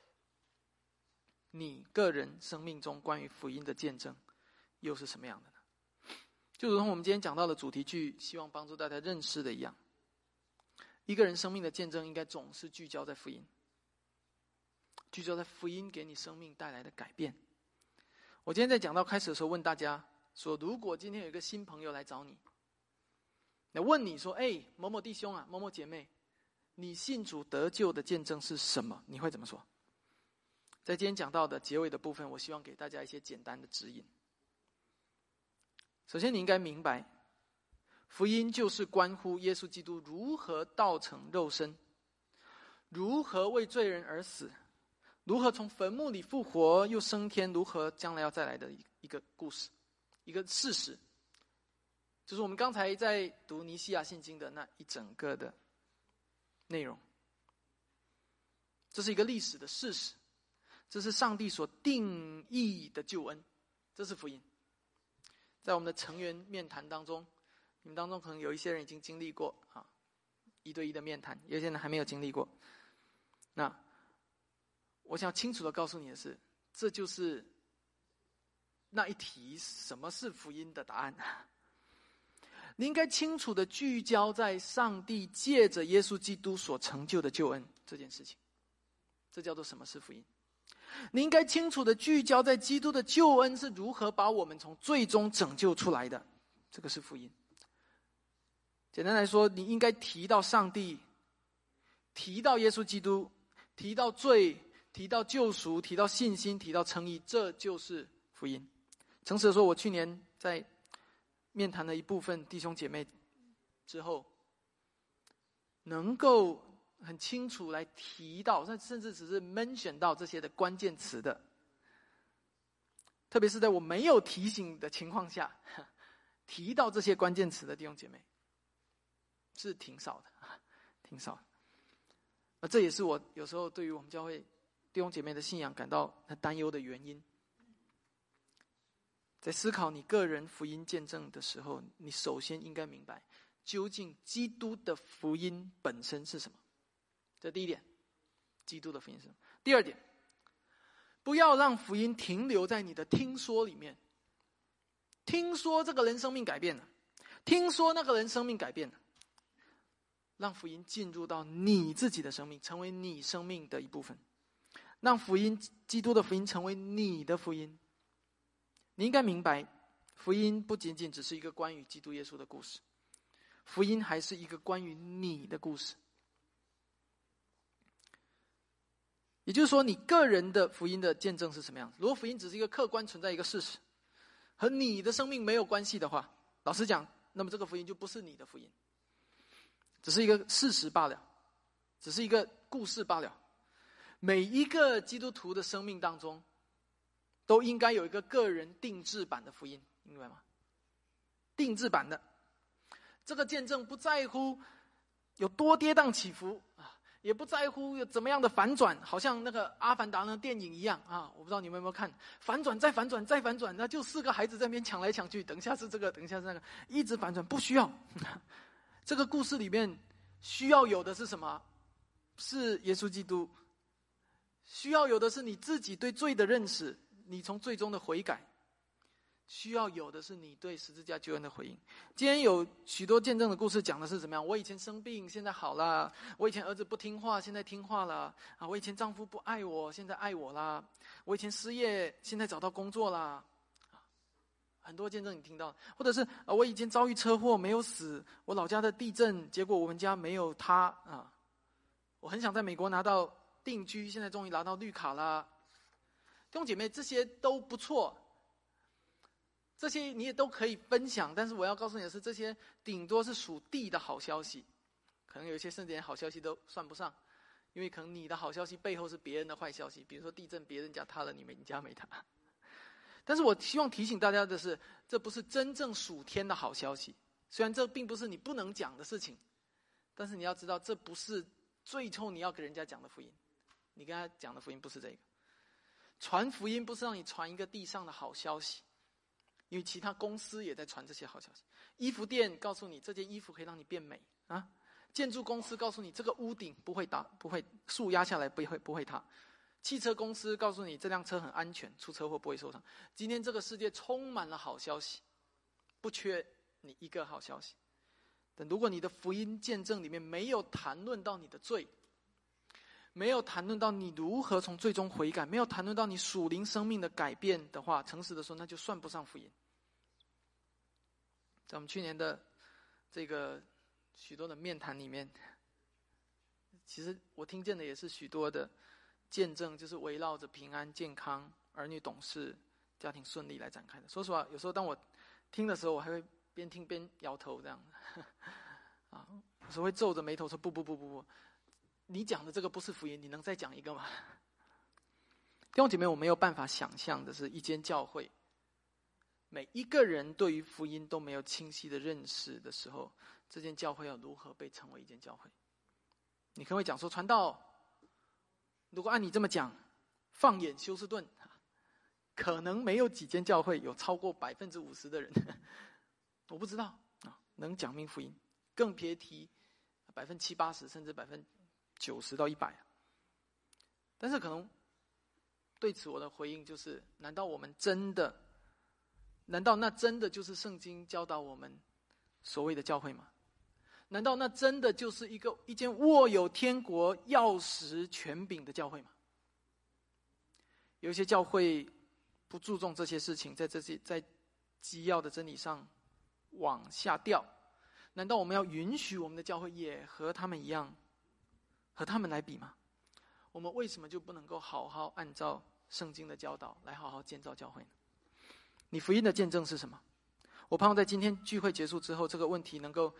你个人生命中关于福音的见证又是什么样的呢？就如同我们今天讲到的主题句希望帮助大家认识的一样，一个人生命的见证应该总是聚焦在福音，聚焦在福音给你生命带来的改变。我今天在讲到开始的时候问大家说，如果今天有一个新朋友来找你，那问你说某某弟兄某某姐妹，你信主得救的见证是什么？你会怎么说？在今天讲到的结尾的部分，我希望给大家一些简单的指引。首先你应该明白，福音就是关乎耶稣基督如何道成肉身，如何为罪人而死，如何从坟墓里复活又升天，如何将来要再来的一个故事，一个事实。就是我们刚才在读尼西亚信经的那一整个的内容。这是一个历史的事实，这是上帝所定义的救恩，这是福音。在我们的成员面谈当中，你们当中可能有一些人已经经历过1对1的面谈，有些人还没有经历过。那我想清楚的告诉你的是，这就是那一题什么是福音的答案。你应该清楚的聚焦在上帝借着耶稣基督所成就的救恩这件事情，这叫做什么是福音。 你应该清楚的聚焦在基督的救恩是如何把我们从最终拯救出来的，这个是福音。简单来说，你应该提到上帝，提到耶稣基督，提到罪，提到救赎，提到信心，提到称义，这就是福音。诚实的说，我去年在面谈了一部分弟兄姐妹之后，能够很清楚来提到，甚至只是 mention 到这些的关键词的，特别是在我没有提醒的情况下提到这些关键词的弟兄姐妹是挺少的，挺少的。这也是我有时候对于我们教会弟兄姐妹的信仰感到很担忧的原因。在思考你个人福音见证的时候，你首先应该明白究竟基督的福音本身是什么。这第一点，基督的福音是什么。第二点，不要让福音停留在你的听说里面。听说这个人生命改变了，听说那个人生命改变了，让福音进入到你自己的生命，成为你生命的一部分，让福音，基督的福音成为你的福音。你应该明白，福音不仅仅只是一个关于基督耶稣的故事，福音还是一个关于你的故事。也就是说，你个人的福音的见证是什么样子？如果福音只是一个客观存在一个事实，和你的生命没有关系的话，老实讲，那么这个福音就不是你的福音，只是一个事实罢了，只是一个故事罢了。每一个基督徒的生命当中，都应该有一个个人定制版的福音，明白吗？定制版的这个见证不在乎有多跌宕起伏啊，也不在乎有怎么样的反转，好像那个《阿凡达》的电影一样啊！我不知道你们有没有看，反转再反转再反转，那就4个孩子在那边抢来抢去，等一下是这个，等一下是那个，一直反转，不需要。这个故事里面需要有的是什么？是耶稣基督。需要有的是你自己对罪的认识，你从最终的悔改。需要有的是你对十字架救恩的回应。今天有许多见证的故事，讲的是怎么样？我以前生病，现在好了；我以前儿子不听话，现在听话了；我以前丈夫不爱我，现在爱我啦；我以前失业，现在找到工作啦。很多见证你听到，或者是我以前遭遇车祸没有死，我老家的地震，结果我们家没有他啊。我很想在美国拿到定居，现在终于拿到绿卡啦。弟兄姐妹，这些都不错。这些你也都可以分享，但是我要告诉你的是，这些顶多是属地的好消息，可能有一些甚至连好消息都算不上，因为可能你的好消息背后是别人的坏消息，比如说地震，别人家塌了，你家没塌。但是我希望提醒大家的是，这不是真正属天的好消息。虽然这并不是你不能讲的事情，但是你要知道，这不是最后你要给人家讲的福音。你跟他讲的福音不是这个，传福音不是让你传一个地上的好消息。因为其他公司也在传这些好消息，衣服店告诉你这件衣服可以让你变美啊，建筑公司告诉你这个屋顶不会树压下来不会塌，汽车公司告诉你这辆车很安全，出车祸不会受伤。今天这个世界充满了好消息，不缺你一个好消息。但如果你的福音见证里面没有谈论到你的罪，没有谈论到你如何从最终悔改，没有谈论到你属灵生命的改变的话，诚实的说，那就算不上福音。在我们去年的这个许多的面谈里面，其实我听见的也是许多的见证，就是围绕着平安、健康、儿女懂事、家庭顺利来展开的。说实话，有时候当我听的时候，我还会边听边摇头这样啊，有时候会皱着眉头说不，你讲的这个不是福音，你能再讲一个吗？弟兄姐妹，我没有办法想象的是，一间教会每一个人对于福音都没有清晰的认识的时候，这间教会要如何被称为一间教会？你可能会讲说，传道如果按你这么讲，放眼休斯顿，可能没有几间教会有超过50%的人我不知道能讲明福音，更别提70%、80%甚至90%到100%。但是可能对此我的回应就是：难道那真的就是圣经教导我们所谓的教会吗？难道那真的就是一间握有天国钥匙权柄的教会吗？ 有一些教会不注重这些事情，在基要的真理上往下掉。难道我们要允许我们的教会也和他们一样，和他们来比吗？我们为什么就不能够好好按照圣经的教导来好好建造教会呢？你福音的见证是什么？我盼望在今天聚会结束之后，这个问题能够，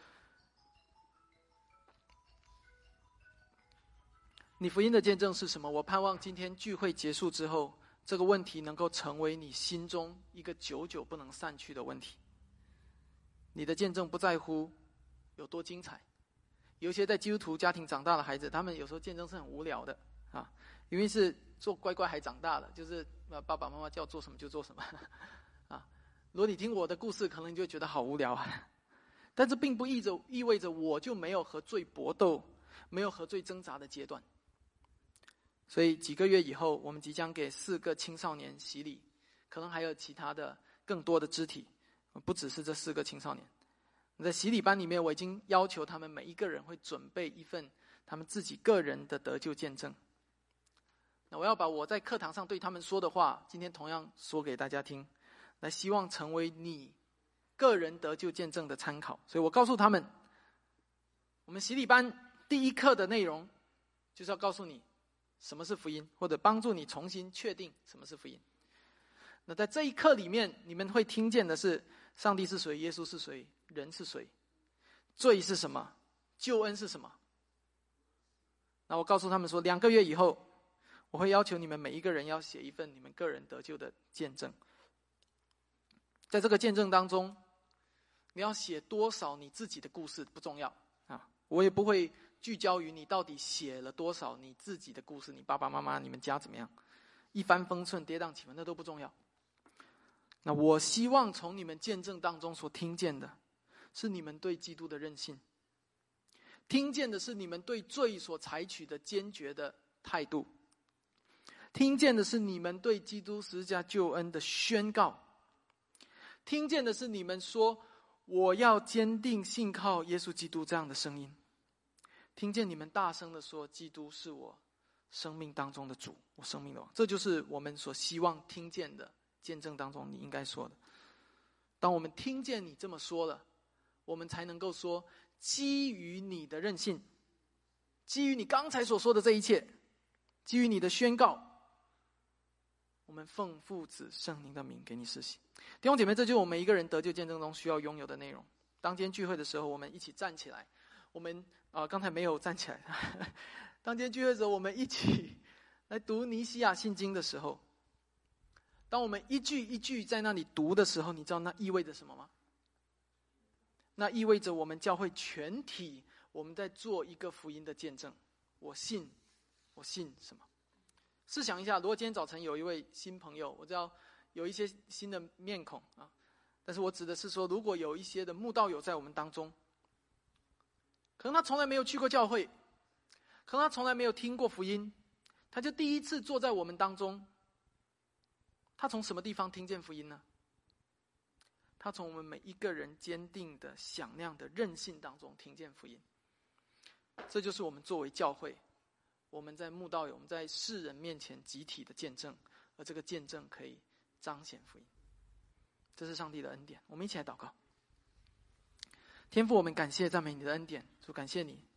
你福音的见证是什么？我盼望今天聚会结束之后，这个问题能够成为你心中一个久久不能散去的问题。你的见证不在乎有多精彩，有一些在基督徒家庭长大的孩子，他们有时候见证是很无聊的啊，因为是做乖乖孩长大的，就是爸爸妈妈叫做什么就做什么啊。如果你听我的故事，可能你就会觉得好无聊啊。但这并不意味着我就没有和罪搏斗，没有和罪挣扎的阶段。所以几个月以后，我们即将给4个青少年洗礼，可能还有其他的更多的肢体，不只是这4个青少年。在洗礼班里面，我已经要求他们每一个人会准备一份他们自己个人的得救见证。那我要把我在课堂上对他们说的话，今天同样说给大家听，来希望成为你个人得救见证的参考。所以我告诉他们，我们洗礼班第一课的内容就是要告诉你什么是福音，或者帮助你重新确定什么是福音。那在这一课里面，你们会听见的是上帝是谁，耶稣是谁，人是谁，罪是什么，救恩是什么。那我告诉他们说，2个月以后，我会要求你们每一个人要写一份你们个人得救的见证。在这个见证当中，你要写多少你自己的故事不重要啊，我也不会聚焦于你到底写了多少你自己的故事，你爸爸妈妈、你们家怎么样，一帆风顺、跌宕起伏，那都不重要。那我希望从你们见证当中所听见的，是你们对基督的韧性，听见的是你们对罪所采取的坚决的态度，听见的是你们对基督十字架救恩的宣告，听见的是你们说我要坚定信靠耶稣基督这样的声音，听见你们大声的说基督是我生命当中的主，我生命的王。这就是我们所希望听见的见证当中你应该说的。当我们听见你这么说了，我们才能够说，基于你的韧性，基于你刚才所说的这一切，基于你的宣告，我们奉父子圣灵的名给你施洗。弟兄姐妹，这就是我们每一个人得救见证中需要拥有的内容。当今天聚会的时候，我们一起站起来，我们刚才没有站起来当今天聚会的时候，我们一起来读尼西亚信经的时候，当我们一句一句在那里读的时候，你知道那意味着什么吗？那意味着我们教会全体，我们在做一个福音的见证。我信什么？试想一下，如果今天早晨有一位新朋友，我知道有一些新的面孔啊，但是我指的是说，如果有一些的慕道友在我们当中，可能他从来没有去过教会，可能他从来没有听过福音，他就第一次坐在我们当中。他从什么地方听见福音呢？他从我们每一个人坚定的响亮的韧性当中听见福音。这就是我们作为教会，我们在慕道友，我们在世人面前集体的见证，而这个见证可以彰显福音。这是上帝的恩典。我们一起来祷告。天父，我们感谢赞美你的恩典，主，感谢你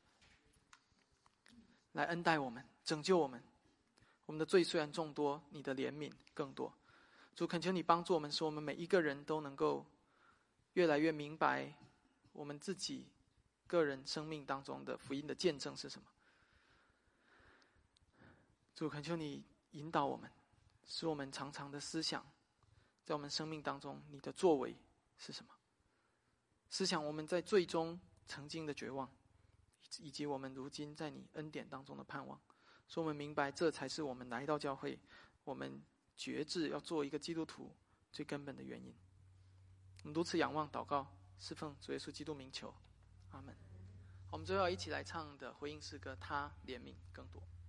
来恩待我们，拯救我们。我们的罪虽然众多，你的怜悯更多。主，恳求你帮助我们，使我们每一个人都能够越来越明白我们自己个人生命当中的福音的见证是什么。主，恳求你引导我们，使我们常常的思想，在我们生命当中你的作为是什么。思想我们在最终曾经的绝望，以及我们如今在你恩典当中的盼望，使我们明白这才是我们来到教会，我们决志要做一个基督徒最根本的原因。我们如此仰望祷告，是奉主耶稣基督名求，阿们。我们最后一起来唱的回应诗歌，他怜悯更多。